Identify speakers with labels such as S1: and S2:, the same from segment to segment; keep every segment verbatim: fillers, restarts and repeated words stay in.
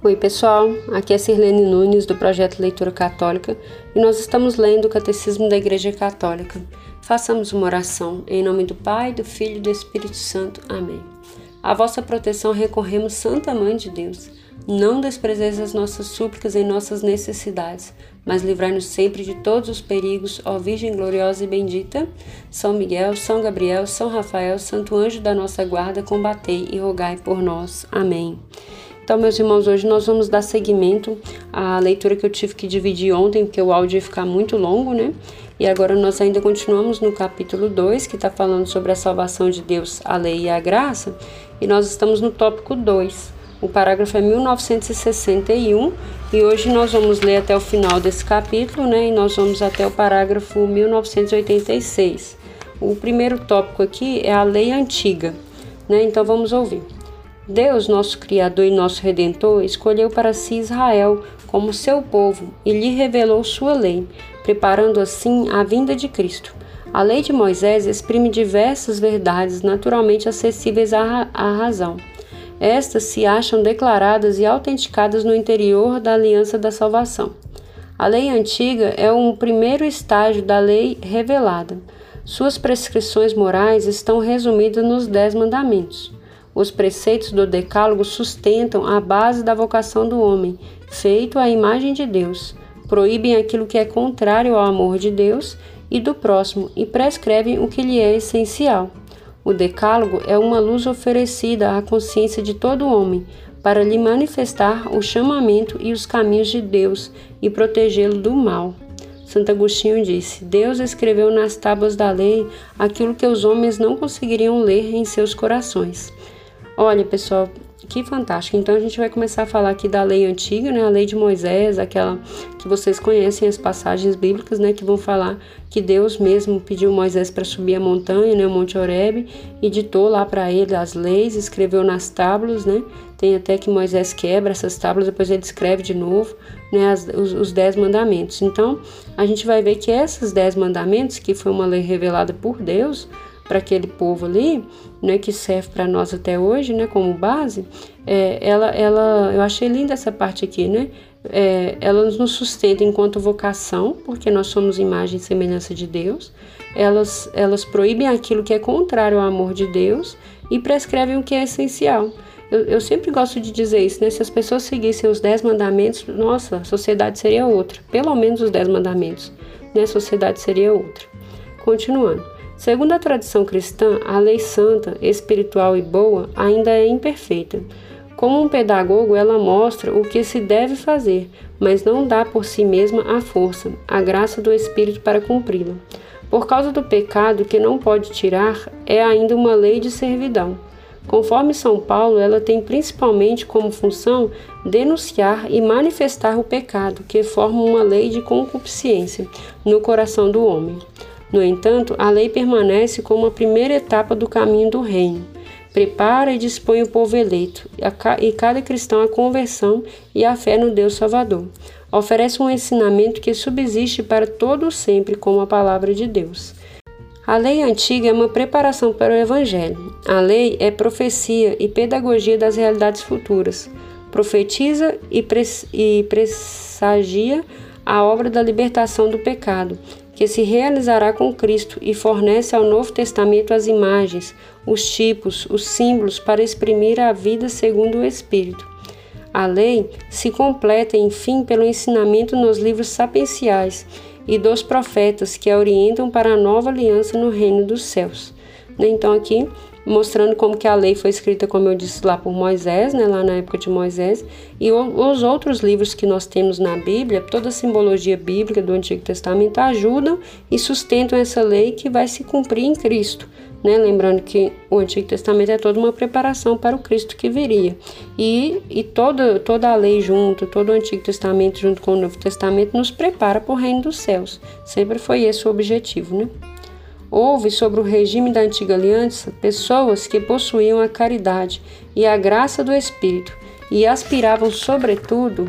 S1: Oi pessoal, aqui é Sirlene Nunes do projeto Leitura Católica e nós estamos lendo o Catecismo da Igreja Católica. Façamos uma oração em nome do Pai, do Filho e do Espírito Santo. Amém. À vossa proteção recorremos, Santa Mãe de Deus. Não desprezeis as nossas súplicas em nossas necessidades, mas livrai-nos sempre de todos os perigos, ó Virgem gloriosa e bendita. São Miguel, São Gabriel, São Rafael, Santo Anjo da nossa guarda, combatei e rogai por nós. Amém. Então, meus irmãos, hoje nós vamos dar seguimento à leitura que eu tive que dividir ontem, porque o áudio ia ficar muito longo, né? E agora nós ainda continuamos no capítulo dois, que está falando sobre a salvação de Deus, a lei e a graça, e nós estamos no tópico dois. O parágrafo é mil novecentos e sessenta e um, e hoje nós vamos ler até o final desse capítulo, né? E nós vamos até o parágrafo mil novecentos e oitenta e seis. O primeiro tópico aqui é a lei antiga, né? Então vamos ouvir. Deus, nosso Criador e nosso Redentor, escolheu para si Israel como seu povo e lhe revelou sua lei, preparando assim a vinda de Cristo. A lei de Moisés exprime diversas verdades naturalmente acessíveis à, à razão. Estas se acham declaradas e autenticadas no interior da aliança da salvação. A lei antiga é um primeiro estágio da lei revelada. Suas prescrições morais estão resumidas nos Dez Mandamentos. Os preceitos do Decálogo sustentam a base da vocação do homem, feito à imagem de Deus, proíbem aquilo que é contrário ao amor de Deus e do próximo e prescrevem o que lhe é essencial. O Decálogo é uma luz oferecida à consciência de todo homem, para lhe manifestar o chamamento e os caminhos de Deus e protegê-lo do mal. Santo Agostinho disse: Deus escreveu nas tábuas da lei aquilo que os homens não conseguiriam ler em seus corações. Olha, pessoal, que fantástico. Então a gente vai começar a falar aqui da lei antiga, né? A lei de Moisés, aquela que vocês conhecem as passagens bíblicas, né? Que vão falar que Deus mesmo pediu Moisés para subir a montanha, né? O Monte Horebe, e ditou lá para ele as leis, escreveu nas tábuas, né? Tem até que Moisés quebra essas tábuas, depois ele escreve de novo, né? As, os, os dez mandamentos. Então a gente vai ver que esses dez mandamentos, que foi uma lei revelada por Deus para aquele povo ali, né, que serve para nós até hoje, né, como base, é, ela, ela, eu achei linda essa parte aqui, né, é, ela nos sustenta enquanto vocação, porque nós somos imagem e semelhança de Deus, elas, elas proíbem aquilo que é contrário ao amor de Deus e prescrevem o que é essencial. Eu, eu sempre gosto de dizer isso, né, se as pessoas seguissem os dez mandamentos, nossa, a sociedade seria outra, pelo menos os dez mandamentos, né, a sociedade seria outra. Continuando. Segundo a tradição cristã, a lei santa, espiritual e boa ainda é imperfeita. Como um pedagogo, ela mostra o que se deve fazer, mas não dá por si mesma a força, a graça do Espírito para cumpri-la. Por causa do pecado que não pode tirar, é ainda uma lei de servidão. Conforme São Paulo, ela tem principalmente como função denunciar e manifestar o pecado, que forma uma lei de concupiscência no coração do homem. No entanto, a lei permanece como a primeira etapa do caminho do reino. Prepara e dispõe o povo eleito, e cada cristão a conversão e a fé no Deus Salvador. Oferece um ensinamento que subsiste para todo o sempre como a palavra de Deus. A lei antiga é uma preparação para o Evangelho. A lei é profecia e pedagogia das realidades futuras. Profetiza e, pres- e pressagia a obra da libertação do pecado, que se realizará com Cristo e fornece ao Novo Testamento as imagens, os tipos, os símbolos para exprimir a vida segundo o Espírito. A lei se completa, enfim, pelo ensinamento nos livros sapienciais e dos profetas que a orientam para a nova aliança no reino dos céus. Então aqui, mostrando como que a lei foi escrita, como eu disse, lá por Moisés, né, lá na época de Moisés, e os outros livros que nós temos na Bíblia, toda a simbologia bíblica do Antigo Testamento ajudam e sustentam essa lei que vai se cumprir em Cristo, né? Lembrando que o Antigo Testamento é toda uma preparação para o Cristo que viria, e, e toda, toda a lei junto, todo o Antigo Testamento junto com o Novo Testamento nos prepara para o reino dos céus. Sempre foi esse o objetivo, né? Houve sobre o regime da antiga aliança pessoas que possuíam a caridade e a graça do Espírito e aspiravam, sobretudo,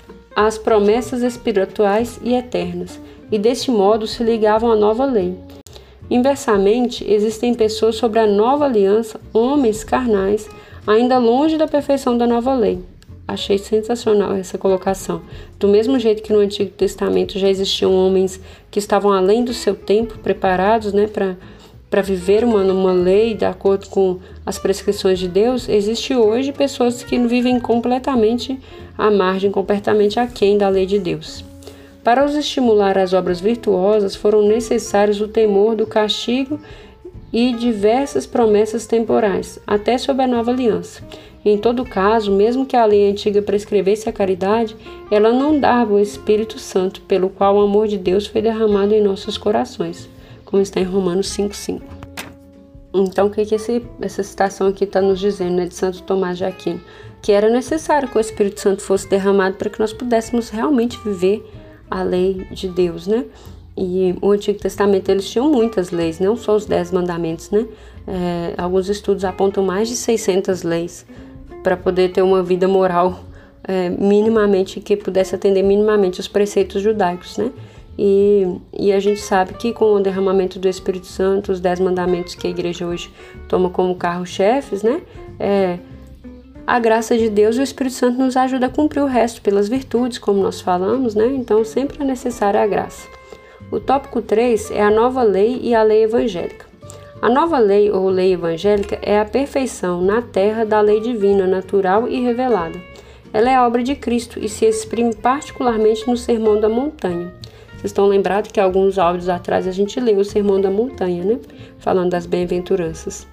S1: às promessas espirituais e eternas, e deste modo se ligavam à nova lei. Inversamente, existem pessoas sobre a nova aliança, homens carnais, ainda longe da perfeição da nova lei. achei sensacional essa colocação. Do mesmo jeito que no Antigo Testamento já existiam homens que estavam além do seu tempo, preparados, né, para para viver uma, uma lei de acordo com as prescrições de Deus, existe hoje pessoas que vivem completamente à margem, completamente aquém da lei de Deus. Para os estimular às obras virtuosas, foram necessários o temor do castigo e diversas promessas temporais, até sob a nova aliança. Em todo caso, mesmo que a lei antiga prescrevesse a caridade, ela não dava o Espírito Santo, pelo qual o amor de Deus foi derramado em nossos corações, como está em Romanos cinco, cinco. Então, o que, que esse, essa citação aqui está nos dizendo, né, de Santo Tomás de Aquino? Que era necessário que o Espírito Santo fosse derramado para que nós pudéssemos realmente viver a lei de Deus, né? E o Antigo Testamento, eles tinham muitas leis, não só os dez mandamentos, né? É, alguns estudos apontam mais de seiscentas leis para poder ter uma vida moral é, minimamente, que pudesse atender minimamente os preceitos judaicos, né? E, e a gente sabe que com o derramamento do Espírito Santo, os dez mandamentos que a igreja hoje toma como carro-chefes, né? É, a graça de Deus e o Espírito Santo nos ajuda a cumprir o resto pelas virtudes, como nós falamos, né? Então sempre é necessária a graça. O tópico três é a nova lei e a lei evangélica. A nova lei ou lei evangélica é a perfeição na terra da lei divina, natural e revelada. Ela é a obra de Cristo e se exprime particularmente no Sermão da Montanha. Vocês estão lembrados que alguns áudios atrás a gente leu o Sermão da Montanha, né? Falando das bem-aventuranças.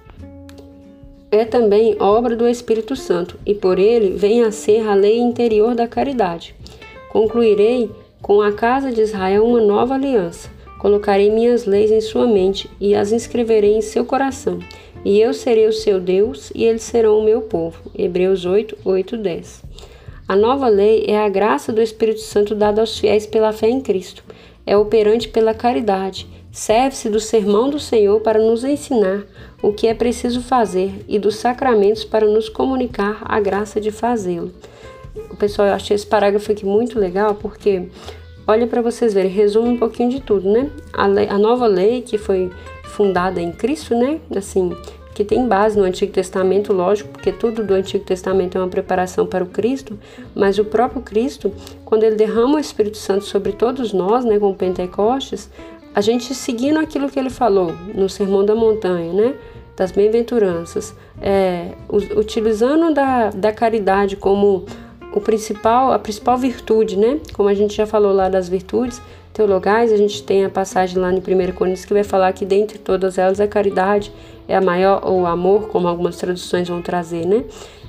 S1: É também obra do Espírito Santo, e por ele vem a ser a lei interior da caridade. Concluirei com a casa de Israel uma nova aliança. Colocarei minhas leis em sua mente e as inscreverei em seu coração. E eu serei o seu Deus e eles serão o meu povo. Hebreus oito, oito, dez. A nova lei é a graça do Espírito Santo dada aos fiéis pela fé em Cristo. É operante pela caridade. Serve-se do sermão do Senhor para nos ensinar o que é preciso fazer e dos sacramentos para nos comunicar a graça de fazê-lo. Pessoal, eu achei esse parágrafo aqui muito legal porque, olha para vocês verem, resume um pouquinho de tudo, né? A, lei, a nova lei que foi fundada em Cristo, né? Assim, que tem base no Antigo Testamento, lógico, porque tudo do Antigo Testamento é uma preparação para o Cristo, mas o próprio Cristo, quando ele derrama o Espírito Santo sobre todos nós, né, com o Pentecostes, a gente seguindo aquilo que ele falou no Sermão da Montanha, né, das bem-aventuranças, é, utilizando da, da caridade como o principal, a principal virtude, né, como a gente já falou lá das virtudes teologais, a gente tem a passagem lá em primeira Coríntios que vai falar que dentre todas elas a caridade é a maior, ou o amor, como algumas traduções vão trazer, né?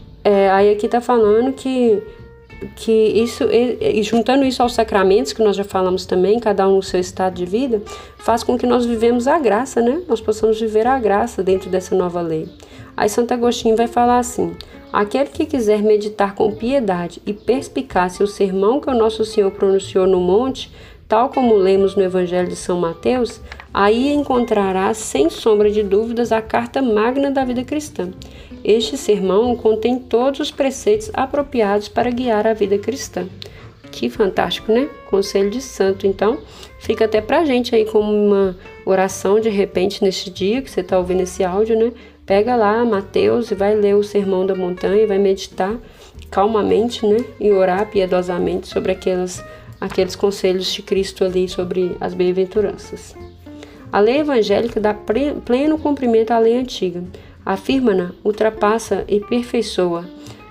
S1: É, aí aqui tá falando que, que isso, e, e juntando isso aos sacramentos, que nós já falamos também, cada um no seu estado de vida, faz com que nós vivemos a graça, né? Nós possamos viver a graça dentro dessa nova lei. Aí Santo Agostinho vai falar assim: aquele que quiser meditar com piedade e perspicácia o sermão que o nosso Senhor pronunciou no monte, tal como lemos no Evangelho de São Mateus, aí encontrará, sem sombra de dúvidas, a carta magna da vida cristã. Este sermão contém todos os preceitos apropriados para guiar a vida cristã. Que fantástico, né? Conselho de santo. Então, fica até pra gente aí como uma oração, de repente, neste dia que você está ouvindo esse áudio, né? Pega lá Mateus e vai ler o Sermão da Montanha, vai meditar calmamente, né? E orar piedosamente sobre aquelas aqueles conselhos de Cristo ali sobre as bem-aventuranças. A lei evangélica dá pleno cumprimento à lei antiga. Afirma-na, ultrapassa e perfeiçoa.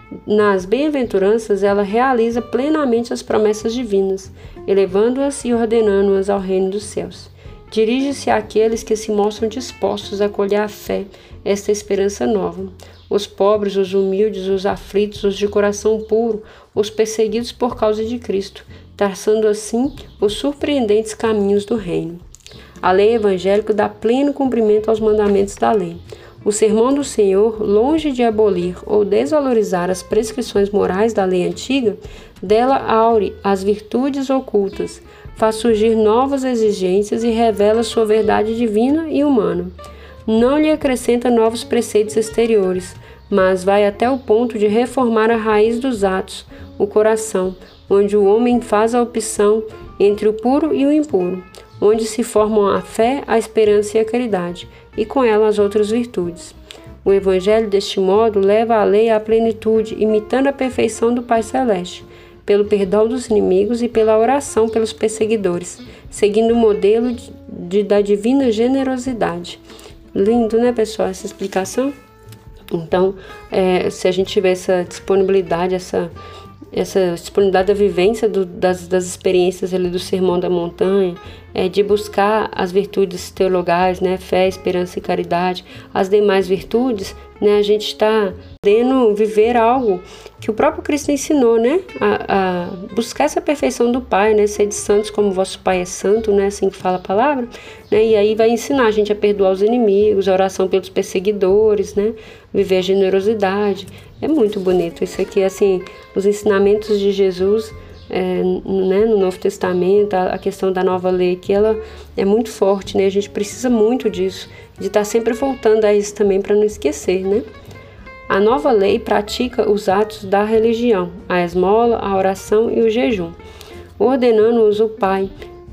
S1: Nas bem-aventuranças, ela realiza plenamente as promessas divinas, elevando-as e ordenando-as ao reino dos céus. Dirige-se àqueles que se mostram dispostos a acolher a fé, esta esperança nova. Os pobres, os humildes, os aflitos, os de coração puro, os perseguidos por causa de Cristo, traçando assim os surpreendentes caminhos do reino. A lei evangélica dá pleno cumprimento aos mandamentos da lei. O sermão do Senhor, longe de abolir ou desvalorizar as prescrições morais da lei antiga, dela aure as virtudes ocultas, faz surgir novas exigências e revela sua verdade divina e humana. Não lhe acrescenta novos preceitos exteriores, mas vai até o ponto de reformar a raiz dos atos, o coração, onde o homem faz a opção entre o puro e o impuro, onde se formam a fé, a esperança e a caridade, e com ela as outras virtudes. O Evangelho, deste modo, leva a lei à plenitude, imitando a perfeição do Pai Celeste, pelo perdão dos inimigos e pela oração pelos perseguidores, seguindo o modelo de, de, da divina generosidade. Lindo, né, pessoal, essa explicação? Então, é, se a gente tiver essa disponibilidade, essa, essa disponibilidade da vivência do, das, das experiências ali do Sermão da Montanha, é, de buscar as virtudes teologais, né, fé, esperança e caridade, as demais virtudes, né, a gente está podendo viver algo que o próprio Cristo ensinou, né, a, a buscar essa perfeição do Pai, né, ser de santos como vosso Pai é santo, né, assim que fala a palavra, né, e aí vai ensinar a gente a perdoar os inimigos, a oração pelos perseguidores, né, viver a generosidade. É muito bonito isso aqui, assim, os ensinamentos de Jesus, é, né, no Novo Testamento, a, a questão da nova lei, que ela é muito forte, né, a gente precisa muito disso, de estar sempre voltando a isso também para não esquecer, né. A nova lei pratica os atos da religião, a esmola, a oração e o jejum, ordenando-os o Pai,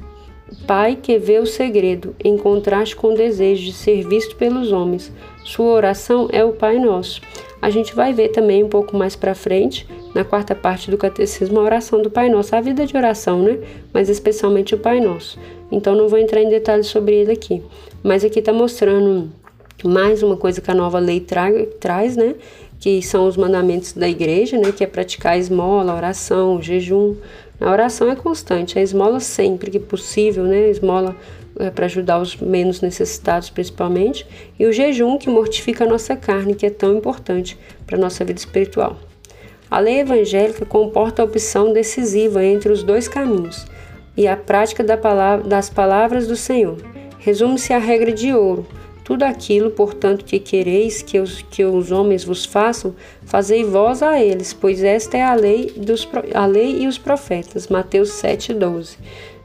S1: Pai que vê o segredo, em contraste com o desejo de ser visto pelos homens. Sua oração é o Pai Nosso. A gente vai ver também um pouco mais para frente, na quarta parte do Catecismo, a oração do Pai Nosso, a vida de oração, né? Mas especialmente o Pai Nosso. Então não vou entrar em detalhes sobre ele aqui. Mas aqui está mostrando mais uma coisa que a nova lei tra traz, né? Que são os mandamentos da igreja, né? Que é praticar a esmola, a oração, o jejum. A oração é constante, a esmola sempre que possível, né? A esmola é para ajudar os menos necessitados principalmente, e o jejum que mortifica a nossa carne, que é tão importante para a nossa vida espiritual. A lei evangélica comporta a opção decisiva entre os dois caminhos e a prática da palavra, das palavras do Senhor. Resume-se a regra de ouro: tudo aquilo, portanto, que quereis que os, que os homens vos façam, fazei vós a eles, pois esta é a lei, dos, a lei e os profetas. Mateus sete, doze.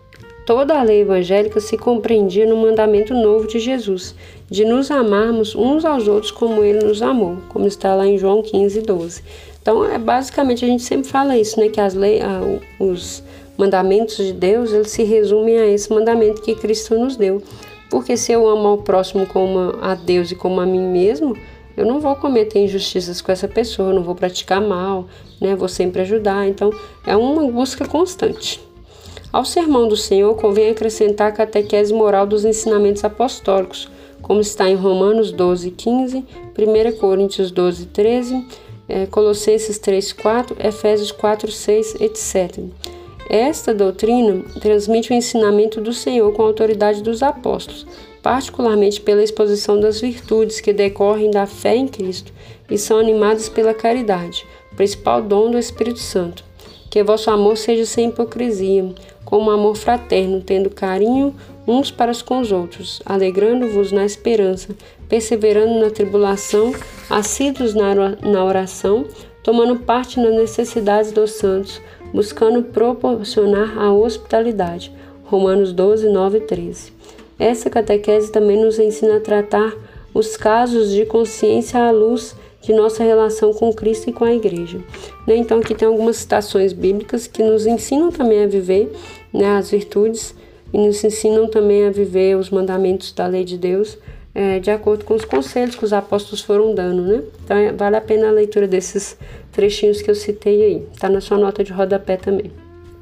S1: Toda a lei evangélica se compreendia no mandamento novo de Jesus, de nos amarmos uns aos outros como Ele nos amou, como está lá em João quinze, doze. Então, é, basicamente, a gente sempre fala isso, né, que as leis, a, os mandamentos de Deus, eles se resumem a esse mandamento que Cristo nos deu. Porque se eu amo ao próximo como a Deus e como a mim mesmo, eu não vou cometer injustiças com essa pessoa, eu não vou praticar mal, né, vou sempre ajudar. Então, é uma busca constante. Ao sermão do Senhor, convém acrescentar a catequese moral dos ensinamentos apostólicos, como está em Romanos doze, quinze, primeira Coríntios doze, treze, é, Colossenses três, quatro, Efésios quatro, seis, etcétera. Esta doutrina transmite o ensinamento do Senhor com a autoridade dos apóstolos, particularmente pela exposição das virtudes que decorrem da fé em Cristo e são animadas pela caridade, principal dom do Espírito Santo. Que vosso amor seja sem hipocrisia, como amor fraterno, tendo carinho uns para com os outros, alegrando-vos na esperança, perseverando na tribulação, assíduos na oração, tomando parte nas necessidades dos santos, buscando proporcionar a hospitalidade. Romanos doze, nove e treze. Essa catequese também nos ensina a tratar os casos de consciência à luz de nossa relação com Cristo e com a Igreja. Então aqui tem algumas citações bíblicas que nos ensinam também a viver, né, as virtudes e nos ensinam também a viver os mandamentos da lei de Deus é, de acordo com os conselhos que os apóstolos foram dando, né? Então é, vale a pena a leitura desses trechinhos que eu citei aí. Está na sua nota de rodapé também.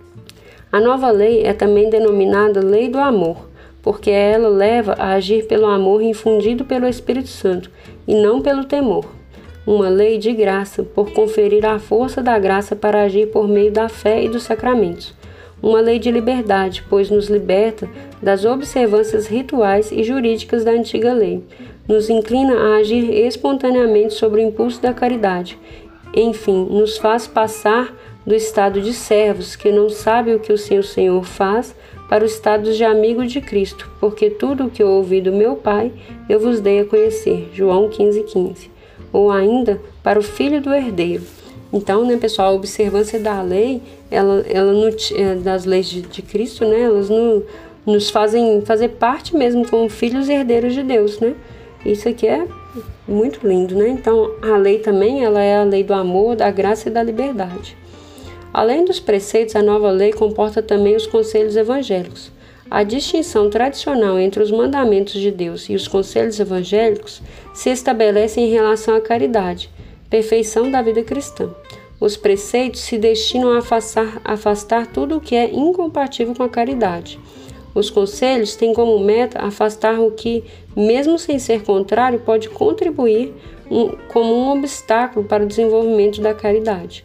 S1: A nova lei é também denominada lei do amor, porque ela leva a agir pelo amor infundido pelo Espírito Santo e não pelo temor. Uma lei de graça, por conferir a força da graça para agir por meio da fé e dos sacramentos. Uma lei de liberdade, pois nos liberta das observâncias rituais e jurídicas da antiga lei. Nos inclina a agir espontaneamente sob o impulso da caridade. Enfim, nos faz passar do estado de servos, que não sabe o que o seu Senhor faz, para o estado de amigo de Cristo, porque tudo o que eu ouvi do meu Pai, eu vos dei a conhecer. João quinze, quinze. Ou ainda, para o filho do herdeiro. Então, né, pessoal, a observância da lei, ela, ela no, das leis de, de Cristo, né, elas no, nos fazem fazer parte mesmo como filhos herdeiros de Deus, né? Isso aqui é muito lindo, né? Então, a lei também, ela é a lei do amor, da graça e da liberdade. Além dos preceitos, a nova lei comporta também os conselhos evangélicos. A distinção tradicional entre os mandamentos de Deus e os conselhos evangélicos se estabelece em relação à caridade, perfeição da vida cristã. Os preceitos se destinam a afastar, afastar tudo o que é incompatível com a caridade. Os conselhos têm como meta afastar o que, mesmo sem ser contrário, pode contribuir um, como um obstáculo para o desenvolvimento da caridade.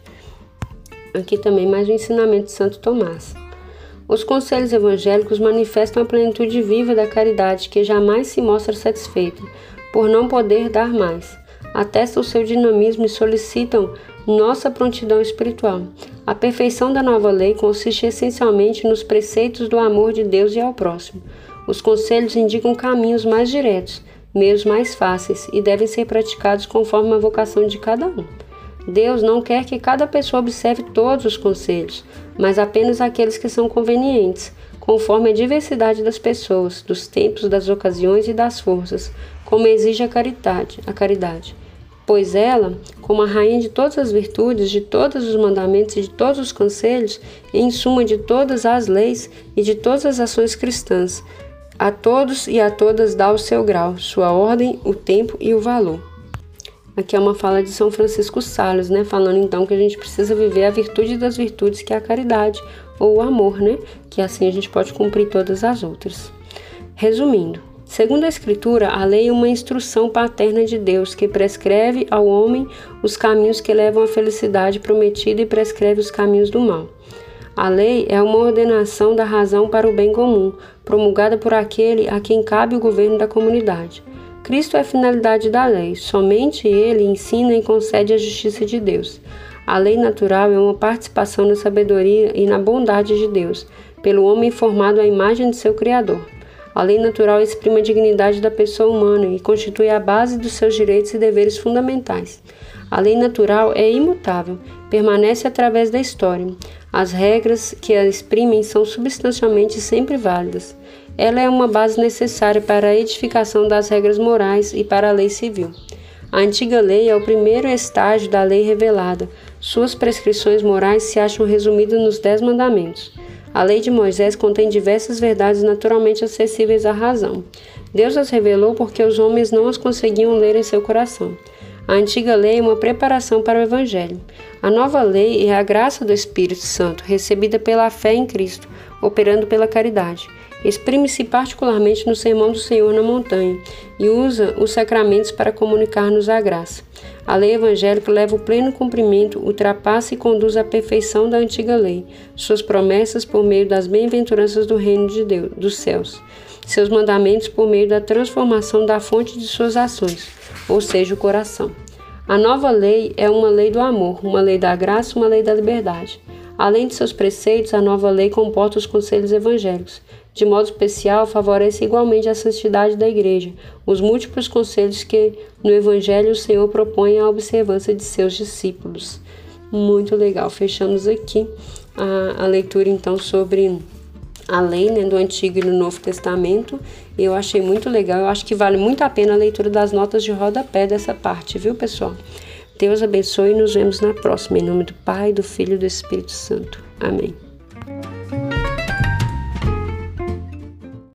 S1: Aqui também mais um ensinamento de Santo Tomás. Os conselhos evangélicos manifestam a plenitude viva da caridade que jamais se mostra satisfeita, por não poder dar mais. Atestam o seu dinamismo e solicitam nossa prontidão espiritual. A perfeição da nova lei consiste essencialmente nos preceitos do amor de Deus e ao próximo. Os conselhos indicam caminhos mais diretos, meios mais fáceis e devem ser praticados conforme a vocação de cada um. Deus não quer que cada pessoa observe todos os conselhos, mas apenas aqueles que são convenientes, conforme a diversidade das pessoas, dos tempos, das ocasiões e das forças, como exige a caridade. A caridade. Pois ela, como a rainha de todas as virtudes, de todos os mandamentos e de todos os conselhos, em suma de todas as leis e de todas as ações cristãs, a todos e a todas dá o seu grau, sua ordem, o tempo e o valor. Aqui é uma fala de São Francisco Sales, né? Falando então que a gente precisa viver a virtude das virtudes, que é a caridade ou o amor, né? Que assim a gente pode cumprir todas as outras. Resumindo, segundo a Escritura, a lei é uma instrução paterna de Deus que prescreve ao homem os caminhos que levam à felicidade prometida e prescreve os caminhos do mal. A lei é uma ordenação da razão para o bem comum, promulgada por aquele a quem cabe o governo da comunidade. Cristo é a finalidade da lei, somente ele ensina e concede a justiça de Deus. A lei natural é uma participação na sabedoria e na bondade de Deus, pelo homem formado à imagem de seu Criador. A lei natural exprime a dignidade da pessoa humana e constitui a base dos seus direitos e deveres fundamentais. A lei natural é imutável, permanece através da história. As regras que a exprimem são substancialmente sempre válidas. Ela é uma base necessária para a edificação das regras morais e para a lei civil. A antiga lei é o primeiro estágio da lei revelada. Suas prescrições morais se acham resumidas nos Dez Mandamentos. A lei de Moisés contém diversas verdades naturalmente acessíveis à razão. Deus as revelou porque os homens não as conseguiam ler em seu coração. A antiga lei é uma preparação para o Evangelho. A nova lei é a graça do Espírito Santo, recebida pela fé em Cristo, operando pela caridade. Exprime-se particularmente no Sermão do Senhor na montanha e usa os sacramentos para comunicar-nos a graça. A lei evangélica leva o pleno cumprimento, ultrapassa e conduz à perfeição da antiga lei, suas promessas por meio das bem-aventuranças do reino de Deus, dos céus, seus mandamentos por meio da transformação da fonte de suas ações, ou seja, o coração. A nova lei é uma lei do amor, uma lei da graça, uma lei da liberdade. Além de seus preceitos, a nova lei comporta os conselhos evangélicos. De modo especial, favorece igualmente a santidade da Igreja, os múltiplos conselhos que no Evangelho o Senhor propõe à observância de seus discípulos. Muito legal. Fechamos aqui a, a leitura então sobre a lei, né, do Antigo e do Novo Testamento. Eu achei muito legal. Eu acho que vale muito a pena a leitura das notas de rodapé dessa parte, viu, pessoal? Deus abençoe e nos vemos na próxima. Em nome do Pai, do Filho e do Espírito Santo. Amém.